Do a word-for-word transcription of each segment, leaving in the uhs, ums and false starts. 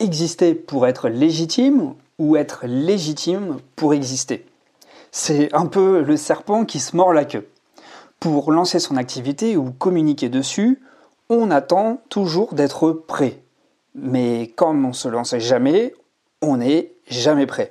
exister pour être légitime ou être légitime pour exister? C'est un peu le serpent qui se mord la queue. Pour lancer son activité ou communiquer dessus, on attend toujours d'être prêt. Mais comme on ne se lance jamais, on n'est jamais prêt.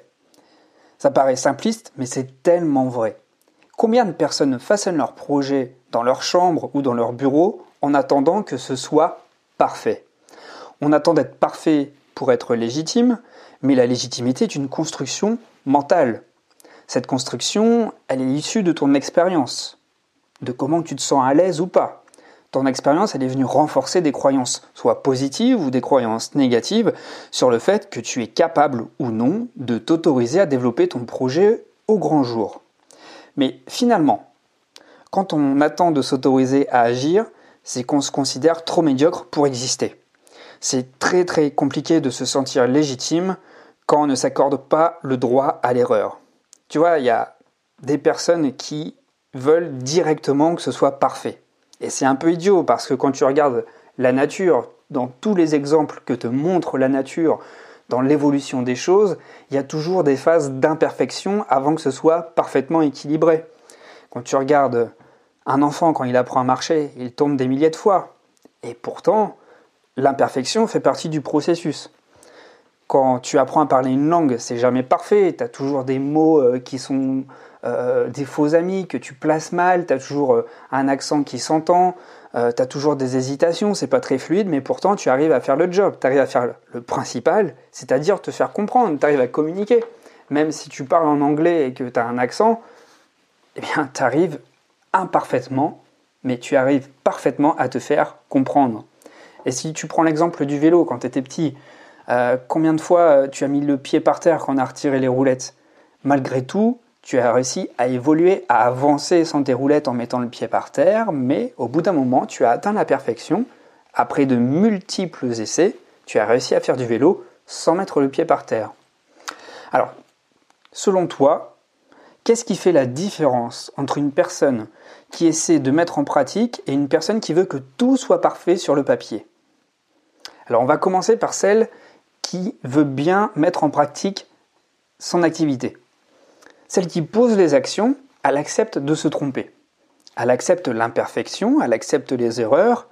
Ça paraît simpliste, mais c'est tellement vrai. Combien de personnes façonnent leur projet dans leur chambre ou dans leur bureau en attendant que ce soit parfait? On attend d'être parfait pour être légitime, mais la légitimité est une construction mentale. Cette construction, elle est issue de ton expérience, de comment tu te sens à l'aise ou pas. Ton expérience, elle est venue renforcer des croyances, soit positives ou des croyances négatives, sur le fait que tu es capable ou non de t'autoriser à développer ton projet au grand jour. Mais finalement, quand on attend de s'autoriser à agir, c'est qu'on se considère trop médiocre pour exister. C'est très très compliqué de se sentir légitime quand on ne s'accorde pas le droit à l'erreur. Tu vois, il y a des personnes qui veulent directement que ce soit parfait. Et c'est un peu idiot parce que quand tu regardes la nature, dans tous les exemples que te montre la nature, dans l'évolution des choses, il y a toujours des phases d'imperfection avant que ce soit parfaitement équilibré. Quand tu regardes un enfant, quand il apprend à marcher, il tombe des milliers de fois. Et pourtant, l'imperfection fait partie du processus. Quand tu apprends à parler une langue, c'est jamais parfait. Tu as toujours des mots qui sont euh, des faux amis, que tu places mal. Tu as toujours un accent qui s'entend. Euh, tu as toujours des hésitations. C'est pas très fluide, mais pourtant, tu arrives à faire le job. Tu arrives à faire le principal, c'est-à-dire te faire comprendre. Tu arrives à communiquer. Même si tu parles en anglais et que tu as un accent, eh bien, tu arrives imparfaitement, mais tu arrives parfaitement à te faire comprendre. Et si tu prends l'exemple du vélo, quand tu étais petit, Euh, combien de fois tu as mis le pied par terre quand on a retiré les roulettes? Malgré tout, tu as réussi à évoluer, à avancer sans tes roulettes en mettant le pied par terre, mais au bout d'un moment, tu as atteint la perfection. Après de multiples essais, tu as réussi à faire du vélo sans mettre le pied par terre. Alors, selon toi, qu'est-ce qui fait la différence entre une personne qui essaie de mettre en pratique et une personne qui veut que tout soit parfait sur le papier? Alors, on va commencer par celle qui veut bien mettre en pratique son activité. Celle qui pose les actions, elle accepte de se tromper. Elle accepte l'imperfection, elle accepte les erreurs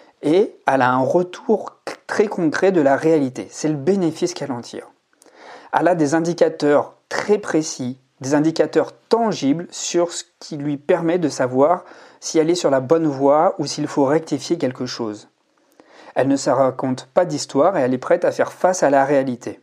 et elle a un retour très concret de la réalité. C'est le bénéfice qu'elle en tire. Elle a des indicateurs très précis, des indicateurs tangibles sur ce qui lui permet de savoir si elle est sur la bonne voie ou s'il faut rectifier quelque chose. Elle ne se raconte pas d'histoire et elle est prête à faire face à la réalité.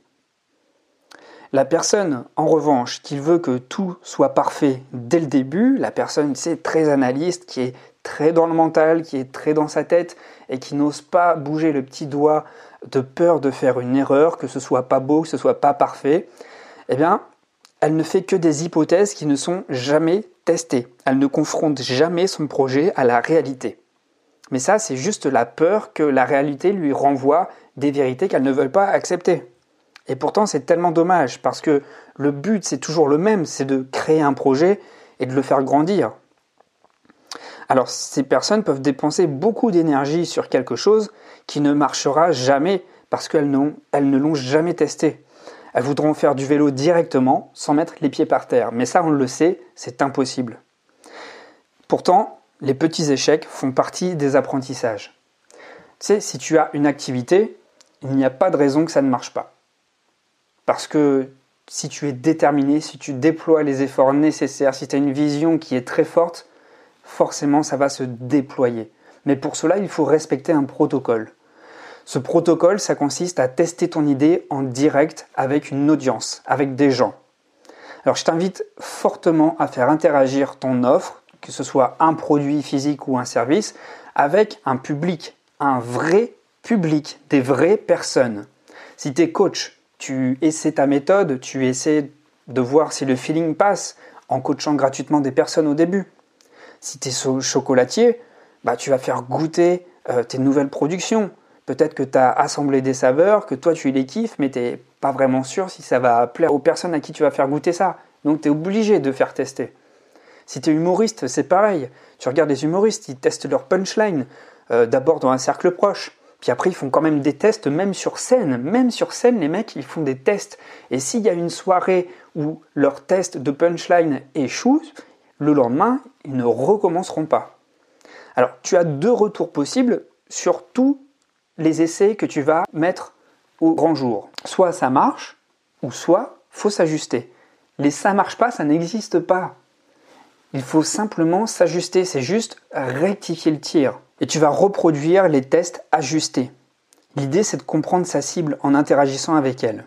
La personne, en revanche, qui veut que tout soit parfait dès le début, la personne, c'est très analyste, qui est très dans le mental, qui est très dans sa tête et qui n'ose pas bouger le petit doigt de peur de faire une erreur, que ce soit pas beau, que ce soit pas parfait, eh bien, elle ne fait que des hypothèses qui ne sont jamais testées. Elle ne confronte jamais son projet à la réalité. Mais ça, c'est juste la peur que la réalité lui renvoie des vérités qu'elle ne veut pas accepter. Et pourtant, c'est tellement dommage, parce que le but, c'est toujours le même, c'est de créer un projet et de le faire grandir. Alors, ces personnes peuvent dépenser beaucoup d'énergie sur quelque chose qui ne marchera jamais, parce qu'elles n'ont, elles ne l'ont jamais testé. Elles voudront faire du vélo directement, sans mettre les pieds par terre. Mais ça, on le sait, c'est impossible. Pourtant, les petits échecs font partie des apprentissages. Tu sais, si tu as une activité, il n'y a pas de raison que ça ne marche pas. Parce que si tu es déterminé, si tu déploies les efforts nécessaires, si tu as une vision qui est très forte, forcément ça va se déployer. Mais pour cela, il faut respecter un protocole. Ce protocole, ça consiste à tester ton idée en direct avec une audience, avec des gens. Alors je t'invite fortement à faire interagir ton offre, que ce soit un produit physique ou un service, avec un public, un vrai public, des vraies personnes. Si tu es coach, tu essaies ta méthode, tu essaies de voir si le feeling passe en coachant gratuitement des personnes au début. Si tu es chocolatier, bah, tu vas faire goûter euh, tes nouvelles productions. Peut-être que tu as assemblé des saveurs, que toi tu les kiffes, mais tu n'es pas vraiment sûr si ça va plaire aux personnes à qui tu vas faire goûter ça. Donc tu es obligé de faire tester. Si tu es humoriste, c'est pareil. Tu regardes les humoristes, ils testent leur punchline, euh, d'abord dans un cercle proche. Puis après, ils font quand même des tests, même sur scène. Même sur scène, les mecs, ils font des tests. Et s'il y a une soirée où leur test de punchline échoue, le lendemain, ils ne recommenceront pas. Alors, tu as deux retours possibles sur tous les essais que tu vas mettre au grand jour. Soit ça marche, ou soit faut s'ajuster. Les ça marche pas, ça n'existe pas. Il faut simplement s'ajuster, c'est juste rectifier le tir. Et tu vas reproduire les tests ajustés. L'idée, c'est de comprendre sa cible en interagissant avec elle.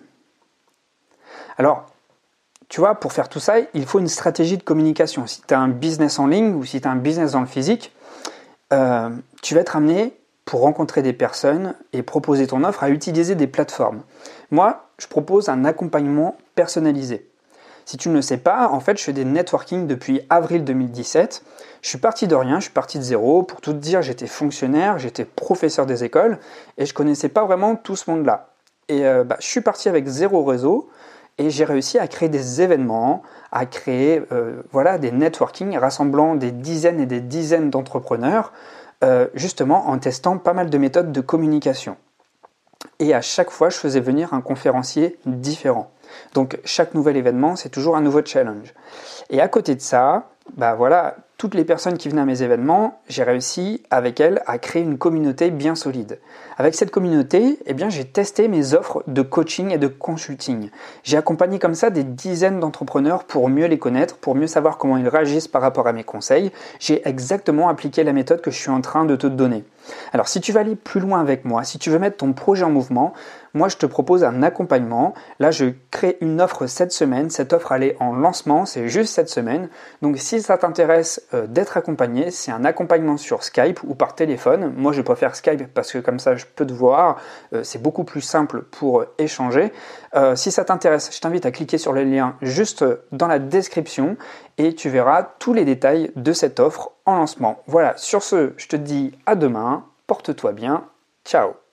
Alors, tu vois, pour faire tout ça, il faut une stratégie de communication. Si tu as un business en ligne ou si tu as un business dans le physique, euh, tu vas être amené, pour rencontrer des personnes et proposer ton offre, à utiliser des plateformes. Moi, je propose un accompagnement personnalisé. Si tu ne le sais pas, en fait, je fais des networking depuis avril deux mille dix-sept. Je suis parti de rien, je suis parti de zéro. Pour tout te dire, j'étais fonctionnaire, j'étais professeur des écoles et je ne connaissais pas vraiment tout ce monde-là. Et euh, bah, je suis parti avec zéro réseau et j'ai réussi à créer des événements, à créer euh, voilà, des networking rassemblant des dizaines et des dizaines d'entrepreneurs, euh, justement en testant pas mal de méthodes de communication. Et à chaque fois, je faisais venir un conférencier différent. Donc chaque nouvel événement, c'est toujours un nouveau challenge. Et à côté de ça, bah voilà, toutes les personnes qui venaient à mes événements, j'ai réussi avec elles à créer une communauté bien solide. Avec cette communauté, eh bien, j'ai testé mes offres de coaching et de consulting. J'ai accompagné comme ça des dizaines d'entrepreneurs pour mieux les connaître, pour mieux savoir comment ils réagissent par rapport à mes conseils. J'ai exactement appliqué la méthode que je suis en train de te donner. Alors si tu veux aller plus loin avec moi, si tu veux mettre ton projet en mouvement, moi je te propose un accompagnement. Là je crée une offre cette semaine, cette offre elle est en lancement, c'est juste cette semaine. Donc si ça t'intéresse euh, d'être accompagné, c'est un accompagnement sur Skype ou par téléphone. Moi je préfère Skype parce que comme ça je peux te voir, euh, c'est beaucoup plus simple pour échanger. Euh, si ça t'intéresse, je t'invite à cliquer sur le lien juste dans la description et tu verras tous les détails de cette offre en lancement. Voilà, sur ce, je te dis à demain, porte-toi bien, ciao.